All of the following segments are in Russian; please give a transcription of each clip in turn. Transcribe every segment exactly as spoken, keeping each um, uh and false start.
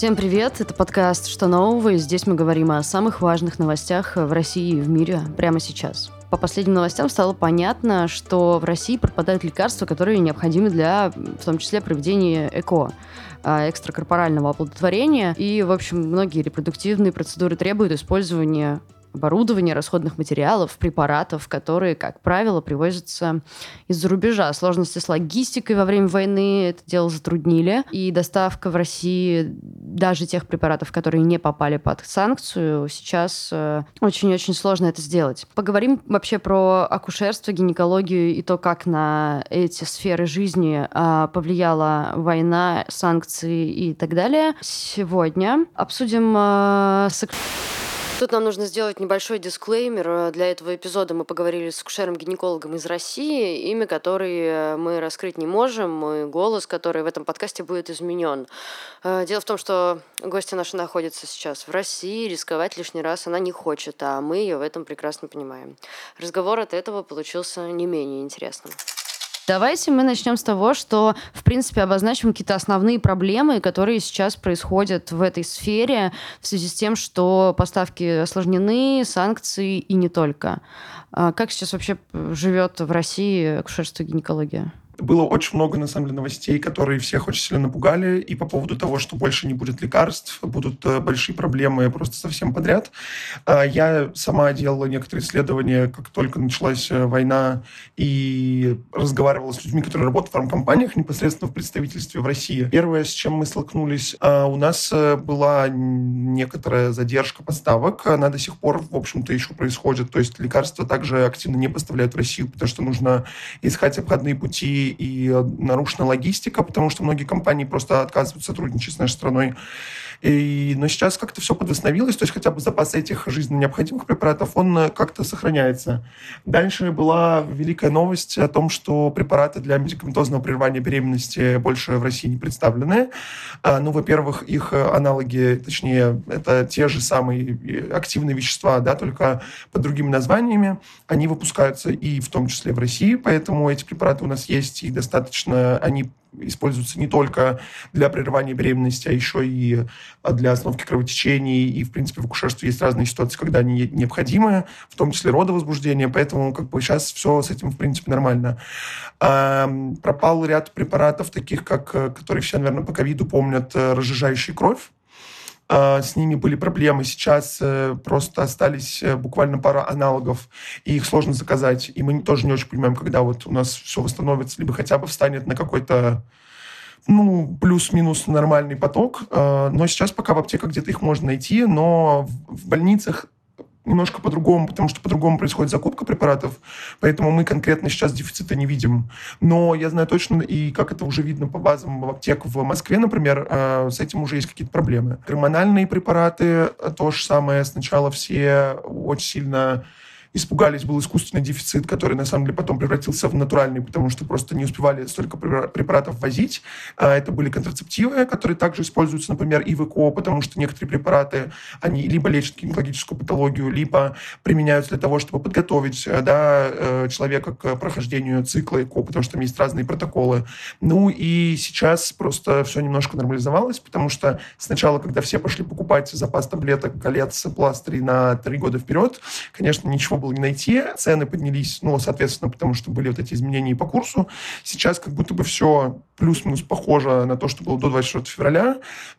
Всем привет, это подкаст «Что нового?», и здесь мы говорим о самых важных новостях в России и в мире прямо сейчас. По последним новостям стало понятно, что в России пропадают лекарства, которые необходимы для, в том числе, проведения ЭКО, экстракорпорального оплодотворения. И, в общем, многие репродуктивные процедуры требуют использования оборудования, расходных материалов, препаратов, которые, как правило, привозятся из-за рубежа. Сложности с логистикой во время войны это дело затруднили, и доставка в России даже тех препаратов, которые не попали под санкцию, сейчас э, очень-очень сложно это сделать. Поговорим вообще про акушерство, гинекологию и то, как на эти сферы жизни э, повлияла война, санкции и так далее. Сегодня обсудим э, сексуальность. Тут нам нужно сделать небольшой дисклеймер. Для этого эпизода мы поговорили с акушером-гинекологом из России, имя которой мы раскрыть не можем, и голос, который в этом подкасте будет изменен. Дело в том, что гостья наша находится сейчас в России, рисковать лишний раз она не хочет, а мы ее в этом прекрасно понимаем. Разговор от этого получился не менее интересным. Давайте мы начнем с того, что, в принципе, обозначим какие-то основные проблемы, которые сейчас происходят в этой сфере в связи с тем, что поставки осложнены, санкции и не только. Как сейчас вообще живет в России акушерство и гинекология? Было очень много, на самом деле, новостей, которые всех очень сильно напугали. И по поводу того, что больше не будет лекарств, будут большие проблемы просто совсем подряд. Я сама делала некоторые исследования, как только началась война, и разговаривала с людьми, которые работают в фармкомпаниях, непосредственно в представительстве в России. Первое, с чем мы столкнулись, у нас была некоторая задержка поставок. Она до сих пор, в общем-то, еще происходит. То есть лекарства также активно не поставляют в Россию, потому что нужно искать обходные пути, и нарушена логистика, потому что многие компании просто отказывают сотрудничать с нашей страной. И, но сейчас как-то все подвосстановилось, то есть хотя бы запас этих жизненно необходимых препаратов, он как-то сохраняется. Дальше была великая новость о том, что препараты для медикаментозного прерывания беременности больше в России не представлены. Ну, во-первых, их аналоги, точнее, это те же самые активные вещества, да, только под другими названиями. Они выпускаются и в том числе в России, поэтому эти препараты у нас есть, их достаточно, они используются не только для прерывания беременности, а еще и для остановки кровотечений. И, в принципе, в акушерстве есть разные ситуации, когда они необходимы, в том числе родовозбуждение. Поэтому как бы сейчас все с этим, в принципе, нормально. А, пропал ряд препаратов, таких как, которые все, наверное, по ковиду помнят, разжижающие кровь. С ними были проблемы. Сейчас просто остались буквально пара аналогов, и их сложно заказать. И мы тоже не очень понимаем, когда вот у нас все восстановится, либо хотя бы встанет на какой-то, ну, плюс-минус нормальный поток. Но сейчас пока в аптеках где-то их можно найти, но в больницах немножко по-другому, потому что по-другому происходит закупка препаратов, поэтому мы конкретно сейчас дефицита не видим. Но я знаю точно, и как это уже видно по базам аптек в Москве, например, с этим уже есть какие-то проблемы. Гормональные препараты, то же самое. Сначала все очень сильно испугались, был искусственный дефицит, который на самом деле потом превратился в натуральный, потому что просто не успевали столько препаратов возить. Это были контрацептивы, которые также используются, например, и в ЭКО, потому что некоторые препараты, они либо лечат гинекологическую патологию, либо применяются для того, чтобы подготовить, да, человека к прохождению цикла ЭКО, потому что там есть разные протоколы. Ну и сейчас просто все немножко нормализовалось, потому что сначала, когда все пошли покупать запас таблеток, колец, пластырей на три года вперед, конечно, ничего было не найти, цены поднялись, ну, соответственно, потому что были вот эти изменения по курсу. Сейчас как будто бы все плюс-минус похоже на то, что было до двадцать четвёртого февраля,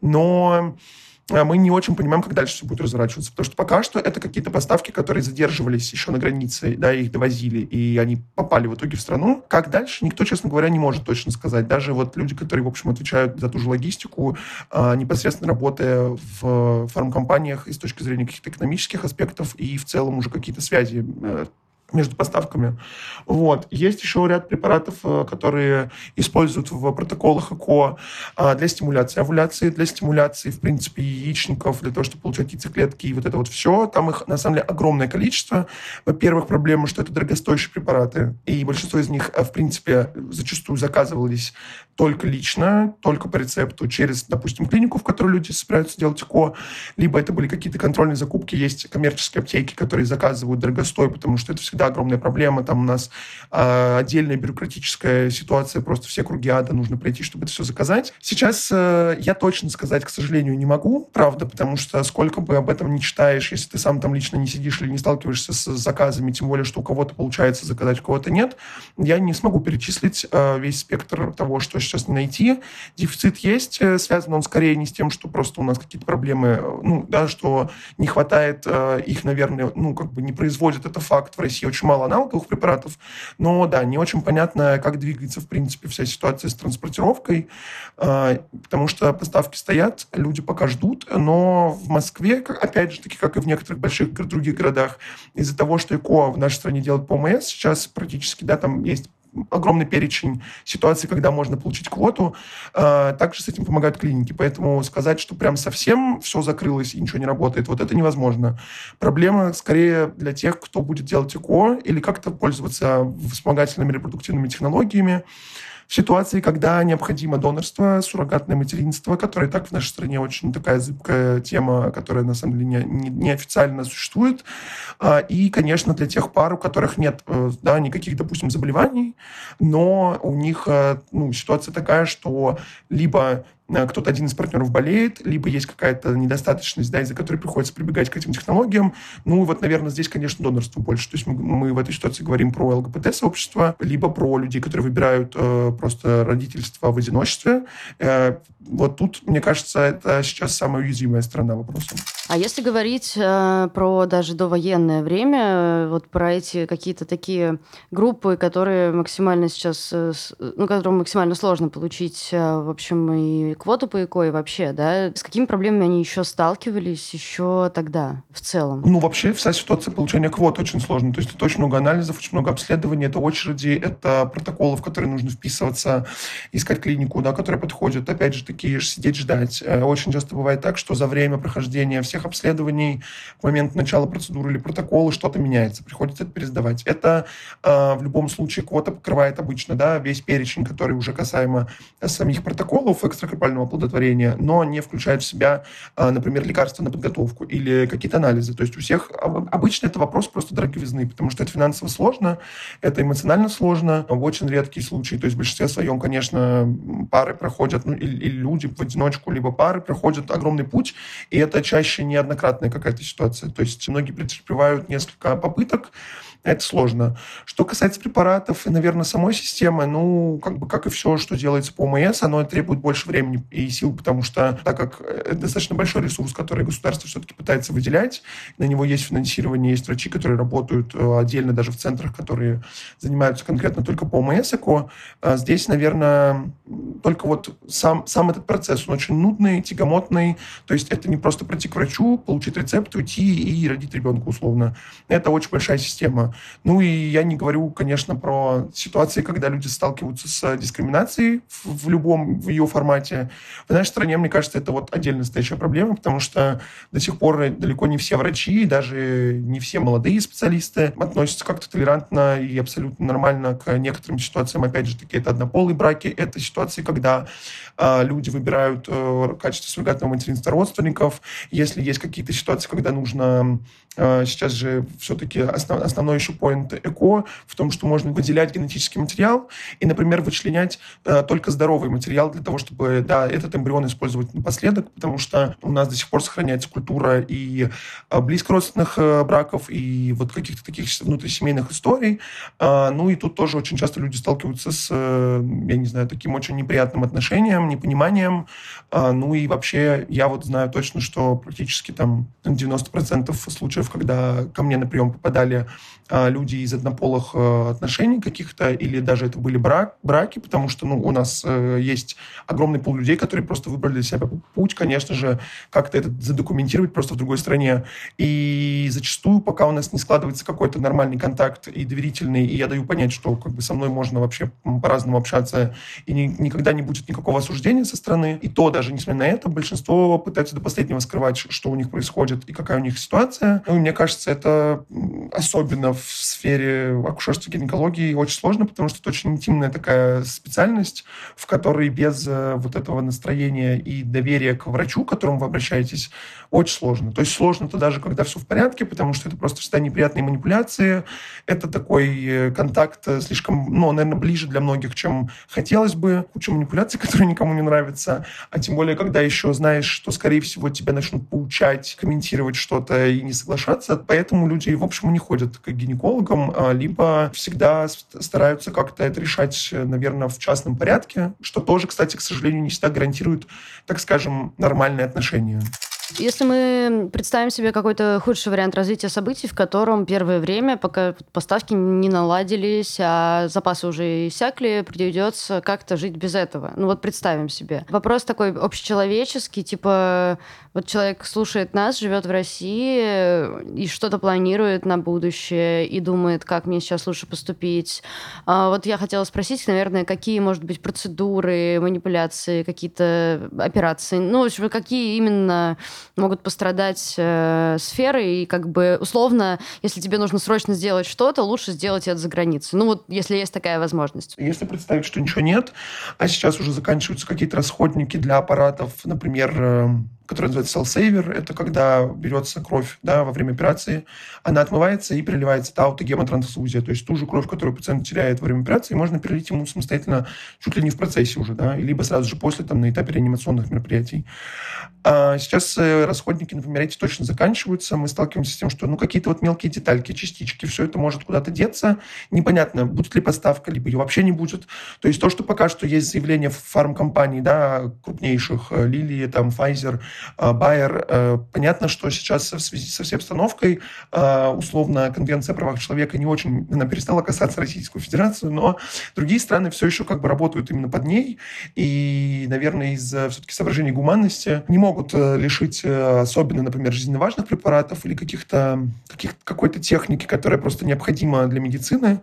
но мы не очень понимаем, как дальше все будет разворачиваться, потому что пока что это какие-то поставки, которые задерживались еще на границе, да, их довозили, и они попали в итоге в страну. Как дальше, никто, честно говоря, не может точно сказать. Даже вот люди, которые, в общем, отвечают за ту же логистику, непосредственно работая в фармкомпаниях и с точки зрения каких-то экономических аспектов, и в целом уже какие-то связи между поставками. Вот. Есть еще ряд препаратов, которые используют в протоколах ЭКО для стимуляции овуляции, для стимуляции, в принципе, яичников, для того, чтобы получать яйцеклетки, и вот это вот все. Там их, на самом деле, огромное количество. Во-первых, проблема, что это дорогостоящие препараты, и большинство из них, в принципе, зачастую заказывались только лично, только по рецепту, через, допустим, клинику, в которой люди собираются делать ЭКО, либо это были какие-то контрольные закупки, есть коммерческие аптеки, которые заказывают дорогостой, потому что это всегда огромная проблема, там у нас э, отдельная бюрократическая ситуация, просто все круги ада нужно пройти, чтобы это все заказать. Сейчас э, я точно сказать, к сожалению, не могу, правда, потому что сколько бы об этом не читаешь, если ты сам там лично не сидишь или не сталкиваешься с заказами, тем более, что у кого-то получается заказать, у кого-то нет, я не смогу перечислить э, весь спектр того, что сейчас не найти. Дефицит есть, э, связан он скорее не с тем, что просто у нас какие-то проблемы, э, ну, да, что не хватает э, их, наверное, ну, как бы не производят, это факт. В России очень мало аналоговых препаратов, но, да, не очень понятно, как двигается, в принципе, вся ситуация с транспортировкой, э, потому что поставки стоят, люди пока ждут, но в Москве, как, опять же таки, как и в некоторых больших других городах, из-за того, что ЭКО в нашей стране делают по ОМС, сейчас практически, да, там есть огромный перечень ситуаций, когда можно получить квоту. Э, также с этим помогают клиники. Поэтому сказать, что прям совсем все закрылось и ничего не работает, вот это невозможно. Проблема скорее для тех, кто будет делать ЭКО или как-то пользоваться вспомогательными репродуктивными технологиями. В ситуации, когда необходимо донорство, суррогатное материнство, которое и так в нашей стране очень такая зыбкая тема, которая на самом деле не, не, неофициально существует. И, конечно, для тех пар, у которых нет, да, никаких, допустим, заболеваний, но у них, ну, ситуация такая, что либо кто-то один из партнеров болеет, либо есть какая-то недостаточность, да, из-за которой приходится прибегать к этим технологиям. Ну, вот, наверное, здесь, конечно, донорство больше. То есть мы, мы в этой ситуации говорим про ЛГБТ-сообщество, либо про людей, которые выбирают э, просто родительство в одиночестве. Э, вот тут, мне кажется, это сейчас самая уязвимая сторона вопроса. А если говорить э, про даже довоенное время, э, вот про эти какие-то такие группы, которые максимально сейчас, э, с, ну, которым максимально сложно получить, э, в общем, и квоту по ЭКО, и вообще, да, с какими проблемами они еще сталкивались еще тогда, в целом? Ну, вообще, вся ситуация получения квот очень сложная. То есть это очень много анализов, очень много обследований, это очереди, это протоколы, в которые нужно вписываться, искать клинику, да, которая подходит. Опять же, такие сидеть, ждать. Очень часто бывает так, что за время прохождения всех обследований в момент начала процедуры или протокола что-то меняется, приходится это пересдавать. Это э, в любом случае квота покрывает обычно, да, весь перечень, который уже касаемо самих протоколов экстракорпального оплодотворения, но не включает в себя, э, например, лекарства на подготовку или какие-то анализы. То есть у всех обычно это вопрос просто дороговизны, потому что это финансово сложно, это эмоционально сложно, в очень редкие случаи, то есть в большинстве своем, конечно, пары проходят, ну, или, или люди в одиночку, либо пары проходят огромный путь, и это чаще неоднократная какая-то ситуация. То есть многие претерпевают несколько попыток, это сложно. Что касается препаратов и, наверное, самой системы, ну, как бы, как и все, что делается по ОМС, оно требует больше времени и сил, потому что, так как это достаточно большой ресурс, который государство все-таки пытается выделять, на него есть финансирование, есть врачи, которые работают отдельно даже в центрах, которые занимаются конкретно только по ОМС ЭКО. Здесь, наверное, только вот сам, сам этот процесс, он очень нудный, тягомотный, то есть это не просто прийти к врачу, получить рецепт, уйти и родить ребенка условно. Это очень большая система. Ну и я не говорю, конечно, про ситуации, когда люди сталкиваются с дискриминацией в, в любом в ее формате. В нашей стране, мне кажется, это вот отдельная стоящая проблема, потому что до сих пор далеко не все врачи, даже не все молодые специалисты относятся как-то толерантно и абсолютно нормально к некоторым ситуациям. Опять же таки, это однополые браки, это ситуации, когда э, люди выбирают э, качество суррогатного материнства родственников. Если есть какие-то ситуации, когда нужно э, сейчас же все-таки основ, основной еще поинт ЭКО в том, что можно выделять генетический материал и, например, вычленять э, только здоровый материал для того, чтобы, да, этот эмбрион использовать напоследок, потому что у нас до сих пор сохраняется культура и э, близкородственных э, браков, и вот каких-то таких внутрисемейных историй. Э, ну и тут тоже очень часто люди сталкиваются с, э, я не знаю, таким очень неприятным отношением, непониманием. Э, ну и вообще я вот знаю точно, что практически там девяносто процентов случаев, когда ко мне на прием попадали люди из однополых э, отношений каких-то, или даже это были брак, браки, потому что, ну, у нас э, есть огромный пул людей, которые просто выбрали для себя путь, конечно же, как-то это задокументировать просто в другой стране. И зачастую, пока у нас не складывается какой-то нормальный контакт и доверительный, и я даю понять, что как бы со мной можно вообще по-разному общаться, и ни, никогда никогда не будет никакого осуждения со стороны. И то, даже несмотря на это, большинство пытаются до последнего скрывать, что у них происходит и какая у них ситуация. Ну, и мне кажется, это особенно в сфере акушерства и гинекологии очень сложно, потому что это очень интимная такая специальность, в которой без вот этого настроения и доверия к врачу, к которому вы обращаетесь, очень сложно. То есть сложно-то даже, когда все в порядке, потому что это просто всегда неприятные манипуляции. Это такой контакт слишком, ну, наверное, ближе для многих, чем хотелось бы. Куча манипуляций, которые никому не нравятся. А тем более, когда еще знаешь, что, скорее всего, тебя начнут поучать, комментировать что-то и не соглашаться. Поэтому люди, в общем, не ходят к гинекологам, либо всегда стараются как-то это решать, наверное, в частном порядке, что тоже, кстати, к сожалению, не всегда гарантирует, так скажем, нормальные отношения. Если мы представим себе какой-то худший вариант развития событий, в котором первое время, пока поставки не наладились, а запасы уже иссякли, придется как-то жить без этого. Ну вот представим себе. Вопрос такой общечеловеческий, типа вот человек слушает нас, живет в России и что-то планирует на будущее и думает, как мне сейчас лучше поступить. А вот я хотела спросить, наверное, какие, может быть, процедуры, манипуляции, какие-то операции, ну, в общем, какие именно могут пострадать э, сферы, и как бы условно, если тебе нужно срочно сделать что-то, лучше сделать это за границей. Ну вот, если есть такая возможность. Если представить, что ничего нет, а сейчас уже заканчиваются какие-то расходники для аппаратов, например, э, который называется cell-saver, это когда берется кровь, да, во время операции, она отмывается и переливается, это аутогемотрансфузия, то есть ту же кровь, которую пациент теряет во время операции, можно перелить ему самостоятельно чуть ли не в процессе уже, да, либо сразу же после, там, на этапе реанимационных мероприятий. А сейчас расходники, например, эти точно заканчиваются, мы сталкиваемся с тем, что, ну, какие-то вот мелкие детальки, частички, все это может куда-то деться, непонятно, будет ли поставка, либо ее вообще не будет. То есть то, что пока что есть заявления фармкомпаний, да, крупнейших, Lilly, там, Pfizer, Байер. Понятно, что сейчас в связи со всей обстановкой условно Конвенция о правах человека не очень, она перестала касаться Российскую Федерацию, но другие страны все еще как бы работают именно под ней и, наверное, из-за все-таки соображений гуманности не могут лишить особенно, например, жизненно важных препаратов или каких-то, каких какой-то техники, которая просто необходима для медицины.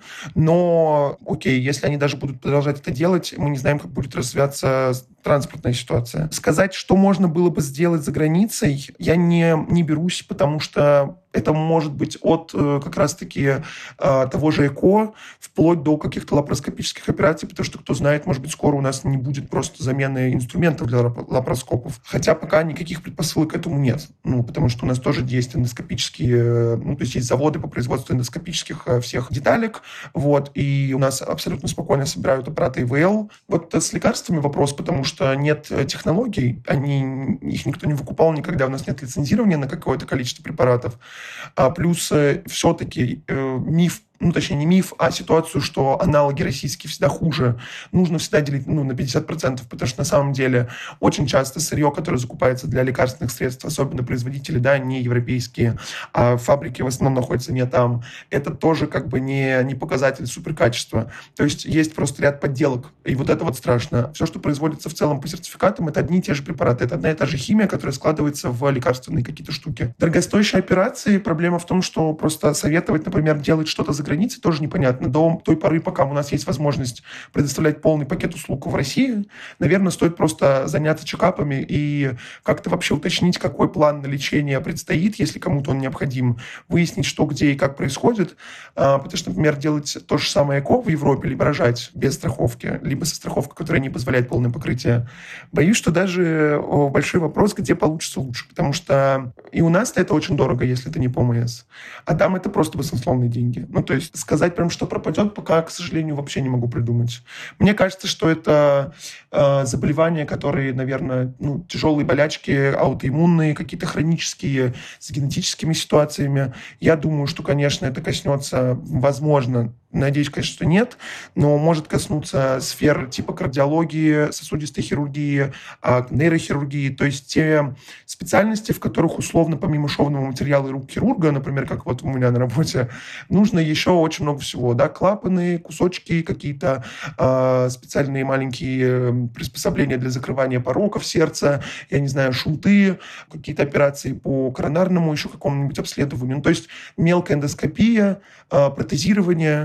Но, окей, если они даже будут продолжать это делать, мы не знаем, как будет развиваться транспортная ситуация. Сказать, что можно было бы сделать за границей, я не, не берусь, потому что это может быть от э, как раз-таки э, того же ЭКО вплоть до каких-то лапароскопических операций, потому что, кто знает, может быть, скоро у нас не будет просто замены инструментов для лапароскопов. Хотя пока никаких предпосылок к этому нет. Ну, потому что у нас тоже есть эндоскопические, э, ну, то есть есть заводы по производству эндоскопических э, всех деталек, вот, и у нас абсолютно спокойно собирают аппараты ИВЛ. Вот с лекарствами вопрос, потому что нет технологий, они, их никто не выкупал никогда, у нас нет лицензирования на какое-то количество препаратов. А плюс э, все-таки э, миф, ну, точнее, не миф, а ситуацию, что аналоги российские всегда хуже, нужно всегда делить, ну, на пятьдесят процентов, потому что на самом деле очень часто сырье, которое закупается для лекарственных средств, особенно производители, да, не европейские, а фабрики в основном находятся не там, это тоже как бы не, не показатель суперкачества. То есть есть просто ряд подделок, и вот это вот страшно. Все, что производится в целом по сертификатам, это одни и те же препараты, это одна и та же химия, которая складывается в лекарственные какие-то штуки. Дорогостоящие операции, проблема в том, что просто советовать, например, делать что-то за границей тоже непонятно. До той поры, пока у нас есть возможность предоставлять полный пакет услуг в России, наверное, стоит просто заняться чекапами и как-то вообще уточнить, какой план на лечение предстоит, если кому-то он необходим, выяснить, что, где и как происходит. Потому что, например, делать то же самое ЭКО в Европе, либо рожать без страховки, либо со страховкой, которая не позволяет полное покрытие. Боюсь, что даже большой вопрос, где получится лучше, потому что и у нас это очень дорого, если это не по МС, а там это просто баснословные деньги. Ну, то есть сказать прям, что пропадет, пока, к сожалению, вообще не могу придумать. Мне кажется, что это э, заболевания, которые, наверное, ну, тяжелые болячки, аутоиммунные, какие-то хронические, с генетическими ситуациями. Я думаю, что, конечно, это коснется, возможно, надеюсь, конечно, что нет, но может коснуться сфер типа кардиологии, сосудистой хирургии, нейрохирургии, то есть те специальности, в которых условно помимо шовного материала и рук хирурга, например, как вот у меня на работе, нужно еще очень много всего, да, клапаны, кусочки, какие-то э, специальные маленькие приспособления для закрывания пороков сердца, я не знаю, шунты, какие-то операции по коронарному еще какому-нибудь обследованию, ну, то есть мелкая эндоскопия, э, протезирование,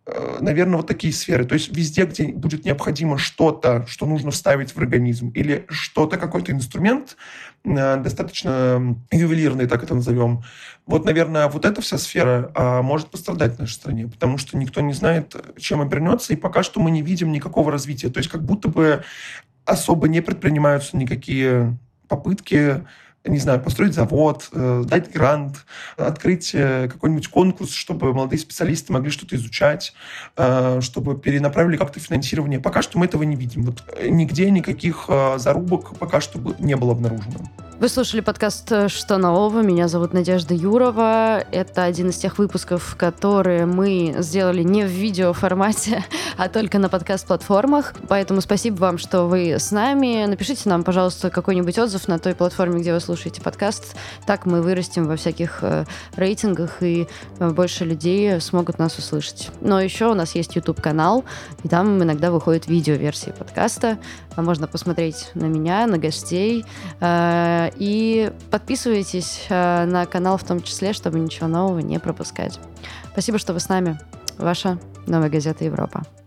наверное, вот такие сферы. То есть везде, где будет необходимо что-то, что нужно вставить в организм, или что-то, какой-то инструмент, достаточно ювелирный, так это назовем. Вот, наверное, вот эта вся сфера а, может пострадать в нашей стране, потому что никто не знает, чем обернется, и пока что мы не видим никакого развития. То есть как будто бы особо не предпринимаются никакие попытки, не знаю, построить завод, э, дать грант, открыть э, какой-нибудь конкурс, чтобы молодые специалисты могли что-то изучать, э, чтобы перенаправили как-то финансирование. Пока что мы этого не видим. Вот э, нигде никаких э, зарубок пока что бы не было обнаружено. Вы слушали подкаст «Что нового?». Меня зовут Надежда Юрова. Это один из тех выпусков, которые мы сделали не в видеоформате, а только на подкаст-платформах. Поэтому спасибо вам, что вы с нами. Напишите нам, пожалуйста, какой-нибудь отзыв на той платформе, где вы слушаете подкаст. Так мы вырастем во всяких э, рейтингах, и э, больше людей смогут нас услышать. Но еще у нас есть YouTube-канал, и там иногда выходят видео-версии подкаста. Можно посмотреть на меня, на гостей. Э, И подписывайтесь э, на канал в том числе, чтобы ничего нового не пропускать. Спасибо, что вы с нами. Ваша Новая газета Европа.